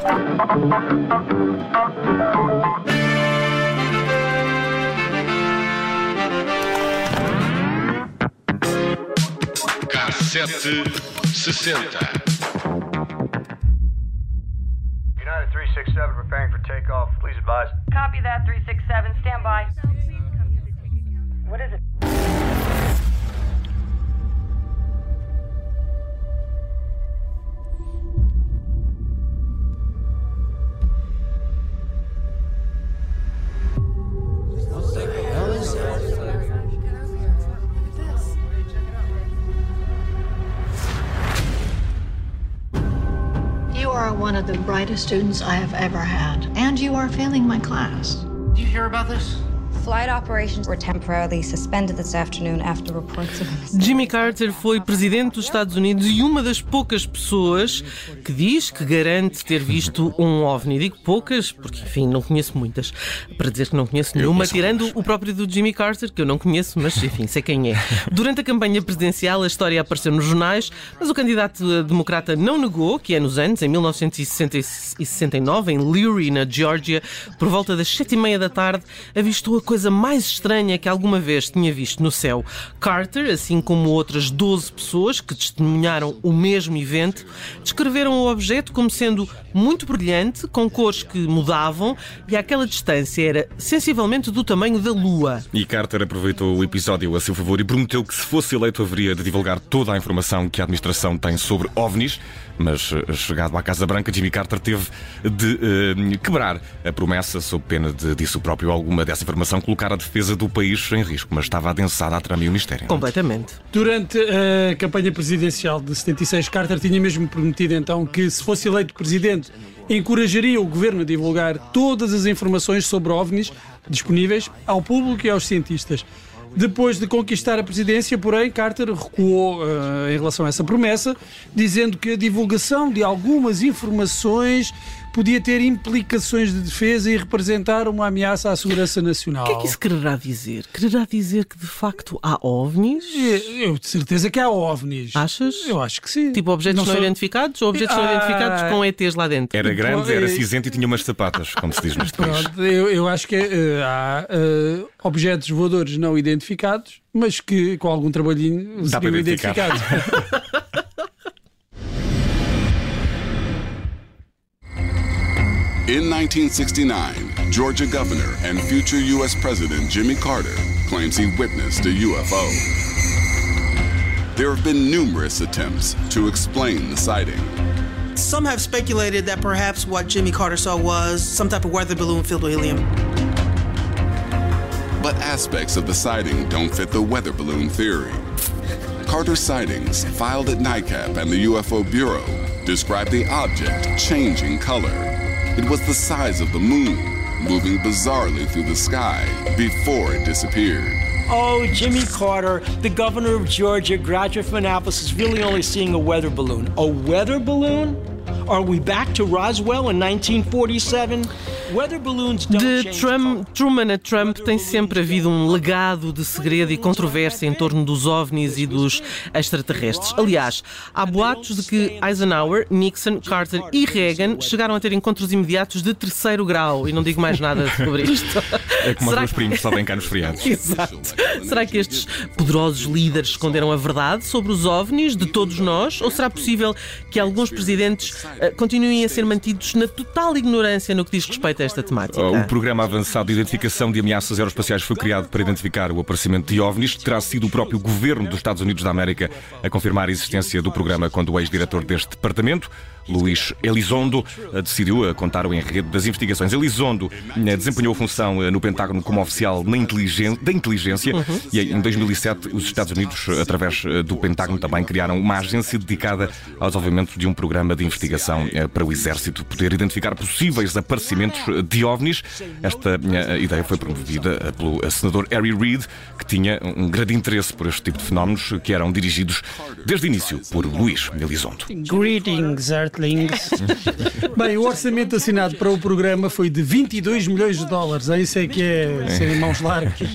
K760. United 367 preparing for takeoff. Please advise. Copy that, 367. Stand by. What is it? You are one of the brightest students I have ever had, and you are failing my class. Did you hear about this? Flight operations were temporarily suspended this afternoon after reports of a mistake. Jimmy Carter foi presidente dos Estados Unidos e uma das poucas pessoas que diz que garante ter visto um OVNI. Digo poucas porque, enfim, não conheço muitas. Para dizer que não conheço nenhuma, tirando o próprio do Jimmy Carter, que eu não conheço, mas, enfim, sei quem é. Durante a campanha presidencial, a história apareceu nos jornais, mas o candidato democrata não negou que, anos antes, em 1969, em Leary, na Geórgia, por volta das 7h30 da tarde, avistou a coisa mais estranha que alguma vez tinha visto no céu. Carter, assim como outras 12 pessoas que testemunharam o mesmo evento, descreveram o objeto como sendo muito brilhante, com cores que mudavam, e àquela distância era sensivelmente do tamanho da Lua. E Carter aproveitou o episódio a seu favor e prometeu que, se fosse eleito, haveria de divulgar toda a informação que a administração tem sobre OVNIs. Mas, chegado à Casa Branca, Jimmy Carter teve de quebrar a promessa, sob pena de, disse o próprio, alguma dessa informação colocar a defesa do país em risco. Mas estava adensada a trama e o mistério. Completamente. Durante a campanha presidencial de 76, Carter tinha mesmo prometido então que, se fosse eleito presidente, encorajaria o governo a divulgar todas as informações sobre OVNIs disponíveis ao público e aos cientistas. Depois de conquistar a presidência, porém, Carter recuou em relação a essa promessa, dizendo que a divulgação de algumas informações podia ter implicações de defesa e representar uma ameaça à segurança nacional. O que é que isso quererá dizer? Quererá dizer que, de facto, há OVNIs? Eu de certeza que há OVNIs. Achas? Eu acho que sim. Tipo objetos não identificados ou objetos não identificados com ETs lá dentro? Era grande, era cinzento e tinha umas sapatas, como se diz neste país. Pronto, eu acho que há objetos voadores não identificados, mas que com algum trabalhinho seriam identificados. In 1969, Georgia Governor and future U.S. President Jimmy Carter claims he witnessed a UFO. There have been numerous attempts to explain the sighting. Some have speculated that perhaps what Jimmy Carter saw was some type of weather balloon filled with helium. But aspects of the sighting don't fit the weather balloon theory. Carter's sightings, filed at NICAP and the UFO Bureau, describe the object changing color. It was the size of the moon, moving bizarrely through the sky before it disappeared. Oh, Jimmy Carter, the governor of Georgia, graduate from Annapolis, is really only seeing a weather balloon. A weather balloon? Are we back to Roswell in 1947? Weather balloons don't De change Truman a Trump tem sempre havido um legado de segredo e controvérsia em torno dos OVNIs e dos extraterrestres. Aliás, há boatos de que Eisenhower, Nixon, Carter e Reagan chegaram a ter encontros imediatos de 3º grau. E não digo mais nada sobre isto. É como os meus primos, só bem cá nos feriados. Exato. Será que estes poderosos líderes esconderam a verdade sobre os OVNIs de todos nós? Ou será possível que alguns presidentes continuem a ser mantidos na total ignorância no que diz respeito a esta temática? O Programa Avançado de Identificação de Ameaças Aeroespaciais foi criado para identificar o aparecimento de OVNIs. Terá sido o próprio governo dos Estados Unidos da América a confirmar a existência do programa quando o ex-diretor deste departamento, Luís Elizondo, decidiu contar o enredo das investigações. Elizondo desempenhou a função no Pentágono como oficial da inteligência e em 2007 os Estados Unidos, através do Pentágono, também criaram uma agência dedicada ao desenvolvimento de um programa de investigação para o Exército poder identificar possíveis aparecimentos de OVNIs. Esta ideia foi promovida pelo senador Harry Reid, que tinha um grande interesse por este tipo de fenómenos que eram dirigidos desde o início por Luís Elizondo. Greetings, Earthlings. Bem, o orçamento assinado para o programa foi de $22 milhões. Isso é que é sem mãos largas.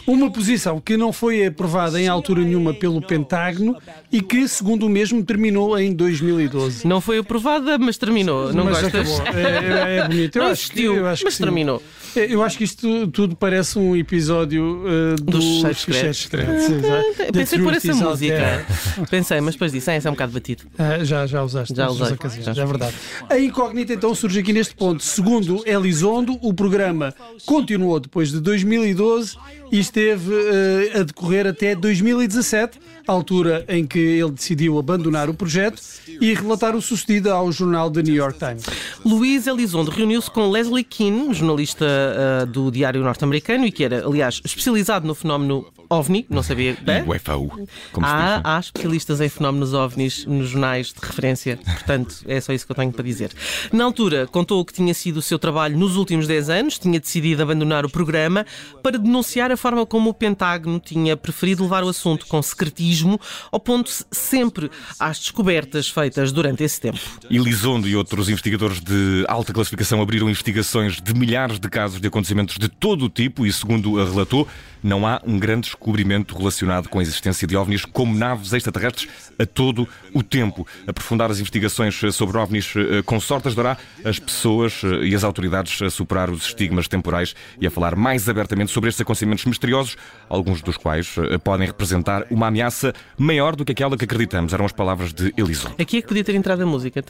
Uma posição que não foi aprovada em altura nenhuma pelo Pentágono e que, segundo o mesmo, terminou em 2012. Não foi aprovada, mas terminou. Não mas gostas? acabou. É bonito. Não existiu, mas terminou. Eu acho que isto tudo parece um episódio dos Fecheiros Secretos. Pensei por essa música. Pensei, mas depois disse, esse é um bocado batido. Já usaste. Já usei. Já é verdade. A incógnita então surge aqui neste ponto. Segundo Elizondo, o programa continuou depois de 2012 e esteve a decorrer até 2017, a altura em que ele decidiu abandonar o projeto e relatar o sucedido ao jornal The New York Times. Luís Elizondo reuniu-se com Leslie Keane, jornalista do Diário Norte-Americano e que era, aliás, especializado no fenómeno OVNI, não sabia. UFO, como se diz. Há especialistas em fenómenos OVNIs nos jornais de referência, portanto, é só isso que eu tenho para dizer. Na altura, contou que tinha sido o seu trabalho nos últimos 10 anos, tinha decidido abandonar o programa para denunciar a forma como o Pentágono tinha preferido levar o assunto com secretismo, opondo-se sempre às descobertas feitas durante esse tempo. Elizondo e outros investigadores de alta classificação abriram investigações de milhares de casos de acontecimentos de todo o tipo e, segundo a relatou, não há um grande descobrimento relacionado com a existência de OVNIs como naves extraterrestres a todo o tempo. Aprofundar as investigações sobre OVNIs com sorte ajudará as pessoas e as autoridades a superar os estigmas temporais e a falar mais abertamente sobre estes acontecimentos misteriosos, alguns dos quais podem representar uma ameaça maior do que aquela que acreditamos. Eram as palavras de Elizondo. Aqui é que podia ter entrado a música.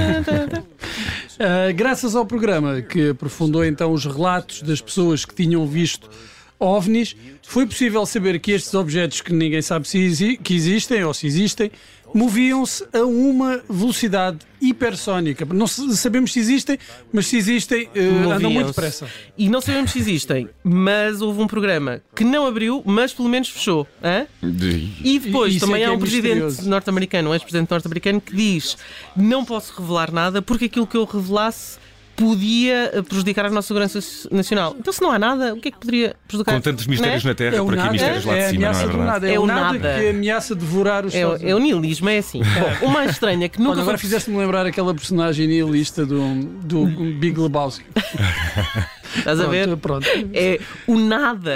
Graças ao programa que aprofundou então os relatos das pessoas que tinham visto OVNIs, foi possível saber que estes objetos que ninguém sabe que existem ou se existem, moviam-se a uma velocidade hipersónica. Não sabemos se existem, mas se existem, andam muito depressa. E não sabemos se existem, mas houve um programa que não abriu, mas pelo menos fechou. E depois também há um presidente norte-americano, um ex-presidente norte-americano, que diz: não posso revelar nada porque aquilo que eu revelasse podia prejudicar a nossa segurança nacional. Então, se não há nada, o que é que poderia prejudicar? Com tantos mistérios na Terra, por aqui mistérios lá de cima, não é verdade? É o nada que ameaça devorar os Estados Unidos. É o nihilismo, é assim. Bom, o mais estranho é que nunca... Agora fizeste-me lembrar aquela personagem nihilista do Big Lebowski. Estás a ver? Pronto. É o nada.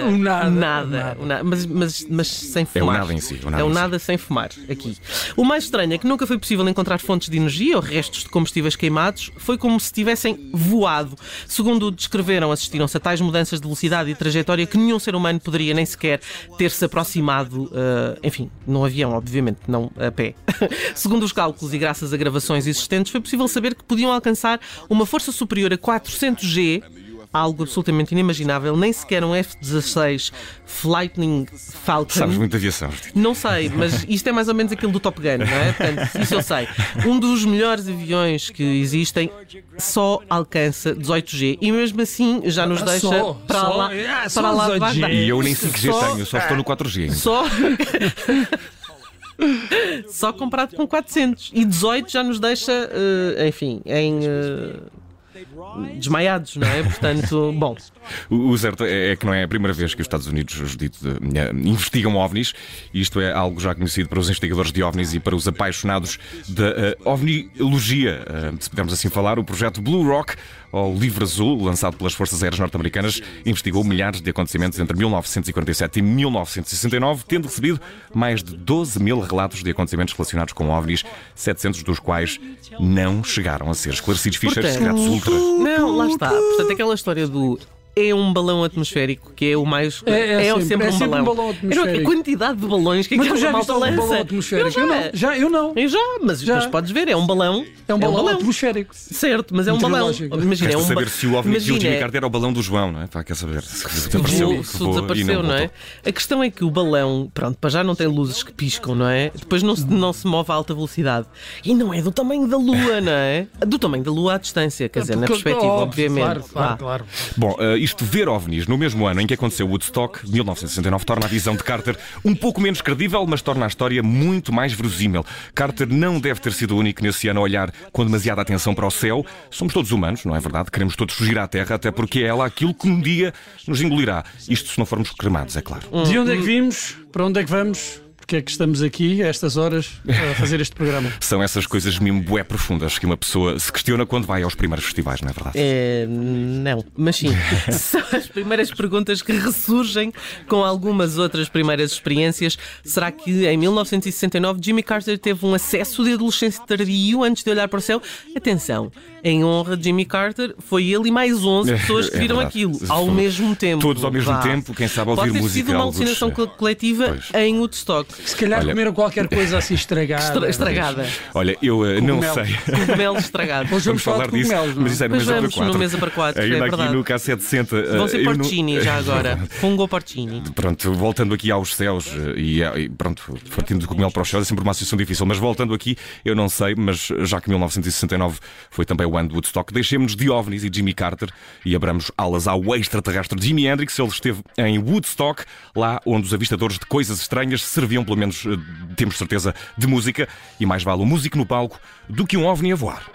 Mas sem fumar. É o nada em si. É o nada sem fumar, aqui. O mais estranho é que nunca foi possível encontrar fontes de energia ou restos de combustíveis queimados. Foi como se tivessem voado. Segundo descreveram, assistiram-se a tais mudanças de velocidade e trajetória que nenhum ser humano poderia nem sequer ter-se aproximado, enfim, num avião, obviamente, não a pé. Segundo os cálculos e graças a gravações existentes, foi possível saber que podiam alcançar uma força superior a 400 G, algo absolutamente inimaginável, nem sequer um F-16 Lightning Falcon. Sabes muito de aviação. Não sei, mas isto é mais ou menos aquilo do Top Gun, não é? Portanto, isso eu sei. Um dos melhores aviões que existem só alcança 18G e mesmo assim já nos deixa para lá de Bagdá. E eu nem 5G tenho, só estou no 4G. Só comprado com 400 e 18 já nos deixa, enfim, em... desmaiados, não é? Portanto, bom. O certo é que não é a primeira vez que os Estados Unidos investigam OVNIs. Isto é algo já conhecido para os investigadores de OVNIs e para os apaixonados da ovniologia. Se pudermos assim falar, o projeto Blue Rock, ou Livro Azul, lançado pelas Forças Aéreas Norte-Americanas, investigou milhares de acontecimentos entre 1947 e 1969, tendo recebido mais de 12 mil relatos de acontecimentos relacionados com OVNIs, 700 dos quais não chegaram a ser esclarecidos. Fichas secretos ultra. Não, lá está. Portanto, aquela história do... é um balão atmosférico, que é o mais... É sempre um balão atmosférico. A quantidade de balões que aquela malta lança. Um balão atmosférico? Eu não. Mas podes ver, é um balão. É um balão atmosférico. Certo, mas é um balão. Imagina, é saber se o OVNI de Jimmy Carter era o balão do João, não é? Quer saber se desapareceu, não é? A questão é que o balão, pronto, para já não tem luzes que piscam, não é? Depois não se move a alta velocidade. E não é do tamanho da Lua, não é? Do tamanho da Lua à distância, quer dizer, na perspectiva, obviamente. Claro. Bom, isto ver OVNIs no mesmo ano em que aconteceu Woodstock, 1969, torna a visão de Carter um pouco menos credível, mas torna a história muito mais verosímil. Carter não deve ter sido o único nesse ano a olhar com demasiada atenção para o céu. Somos todos humanos, não é verdade? Queremos todos fugir à Terra, até porque é ela aquilo que um dia nos engolirá. Isto se não formos cremados, é claro. De onde é que vimos? Para onde é que vamos? porque é que estamos aqui a estas horas a fazer este programa. São essas coisas mesmo bué profundas que uma pessoa se questiona quando vai aos primeiros festivais, não é verdade? Não, mas sim. São as primeiras perguntas que ressurgem com algumas outras primeiras experiências. Será que em 1969 Jimmy Carter teve um acesso de adolescência tardio antes de olhar para o céu? Atenção, em honra de Jimmy Carter, foi ele e mais 11 pessoas que viram aquilo ao mesmo tempo. Todos ao mesmo tempo, quem sabe ouvir música. Pode ter sido uma alucinação coletiva em Woodstock. Se calhar comeram qualquer coisa assim estragada. Estragada. Olha, eu não sei. Cogumelo estragado. Vamos falar disso. Mas isso é no Mesa para 4. No Mesa para 4, é ainda verdade. Aqui no K760. Vão ser porcini já agora. Fungo porcini. Pronto, voltando aqui aos céus e pronto, partindo do cogumelo para os céus é sempre uma associação difícil. Mas voltando aqui, eu não sei, mas já que 1969 foi também o ano de Woodstock, deixemos de OVNIs e Jimmy Carter e abramos alas ao extraterrestre de Jimi Hendrix. Ele esteve em Woodstock, lá onde os avistadores de coisas estranhas serviam, pelo menos temos certeza, de música, e mais vale um músico no palco do que um OVNI a voar.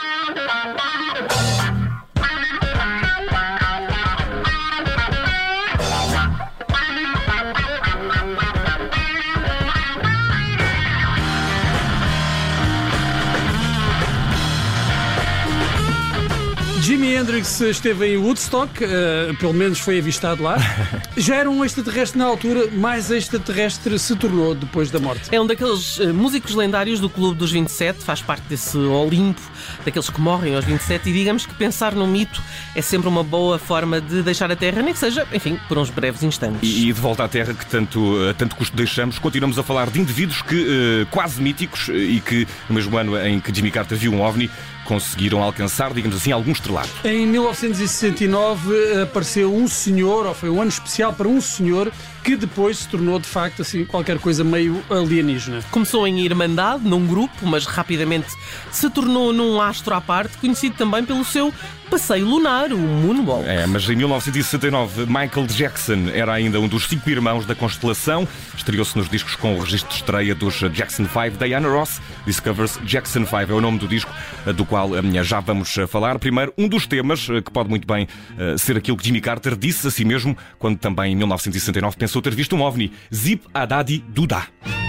Jimi Hendrix esteve em Woodstock, pelo menos foi avistado lá. Já era um extraterrestre na altura, mais extraterrestre se tornou depois da morte. É um daqueles músicos lendários do Clube dos 27, faz parte desse Olimpo, daqueles que morrem aos 27, e digamos que pensar no mito é sempre uma boa forma de deixar a Terra, nem que seja, enfim, por uns breves instantes. E de volta à Terra, que tanto custo deixamos, continuamos a falar de indivíduos que quase míticos e que, no mesmo ano em que Jimmy Carter viu um OVNI, conseguiram alcançar, digamos assim, algum estrelato. Em 1969 apareceu um senhor, ou foi um ano especial para um senhor, que depois se tornou, de facto, assim, qualquer coisa meio alienígena. Começou em Irmandade, num grupo, mas rapidamente se tornou num astro à parte, conhecido também pelo seu passeio lunar, o Moonwalk. Mas em 1969, Michael Jackson era ainda um dos 5 irmãos da constelação. Estreou-se nos discos com o registro de estreia dos Jackson 5. Diana Ross Discovers Jackson 5 é o nome do disco, do qual já vamos falar. Primeiro, um dos temas que pode muito bem ser aquilo que Jimmy Carter disse a si mesmo, quando também em 1969 pensou ter visto um OVNI. Zip Adadi Duda.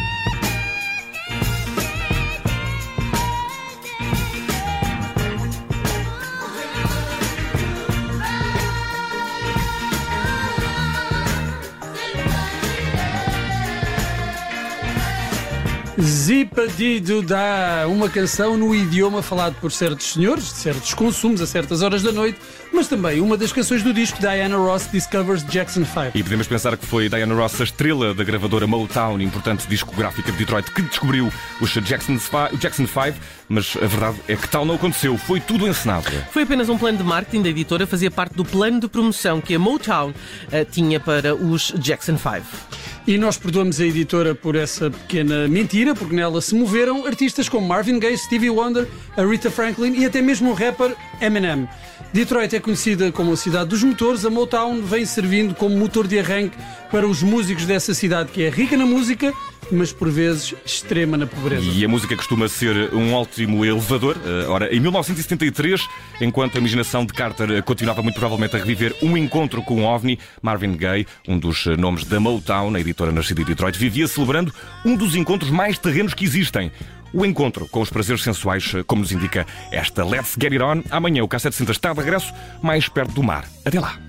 Zipa-di-du-da, uma canção no idioma falado por certos senhores, de certos consumos a certas horas da noite, mas também uma das canções do disco Diana Ross Discovers Jackson 5. E podemos pensar que foi Diana Ross, a estrela da gravadora Motown, importante discográfica de Detroit, que descobriu os Jackson 5, mas a verdade é que tal não aconteceu, foi tudo encenado. Foi apenas um plano de marketing da editora, fazia parte do plano de promoção que a Motown tinha para os Jackson 5. E nós perdoamos a editora por essa pequena mentira, porque nela se moveram artistas como Marvin Gaye, Stevie Wonder, Aretha Franklin e até mesmo o rapper Eminem. Detroit é conhecida como a cidade dos motores. A Motown vem servindo como motor de arranque para os músicos dessa cidade, que é rica na música, mas por vezes extrema na pobreza. E a música costuma ser um ótimo elevador. Ora, em 1973, enquanto a imaginação de Carter continuava muito provavelmente a reviver um encontro com um OVNI, Marvin Gaye, um dos nomes da Motown, a editora nascida em Detroit, vivia celebrando um dos encontros mais terrenos que existem. O encontro com os prazeres sensuais, como nos indica esta Let's Get It On. Amanhã o K760 está de regresso, mais perto do mar. Até lá.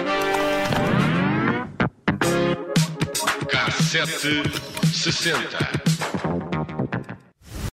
K760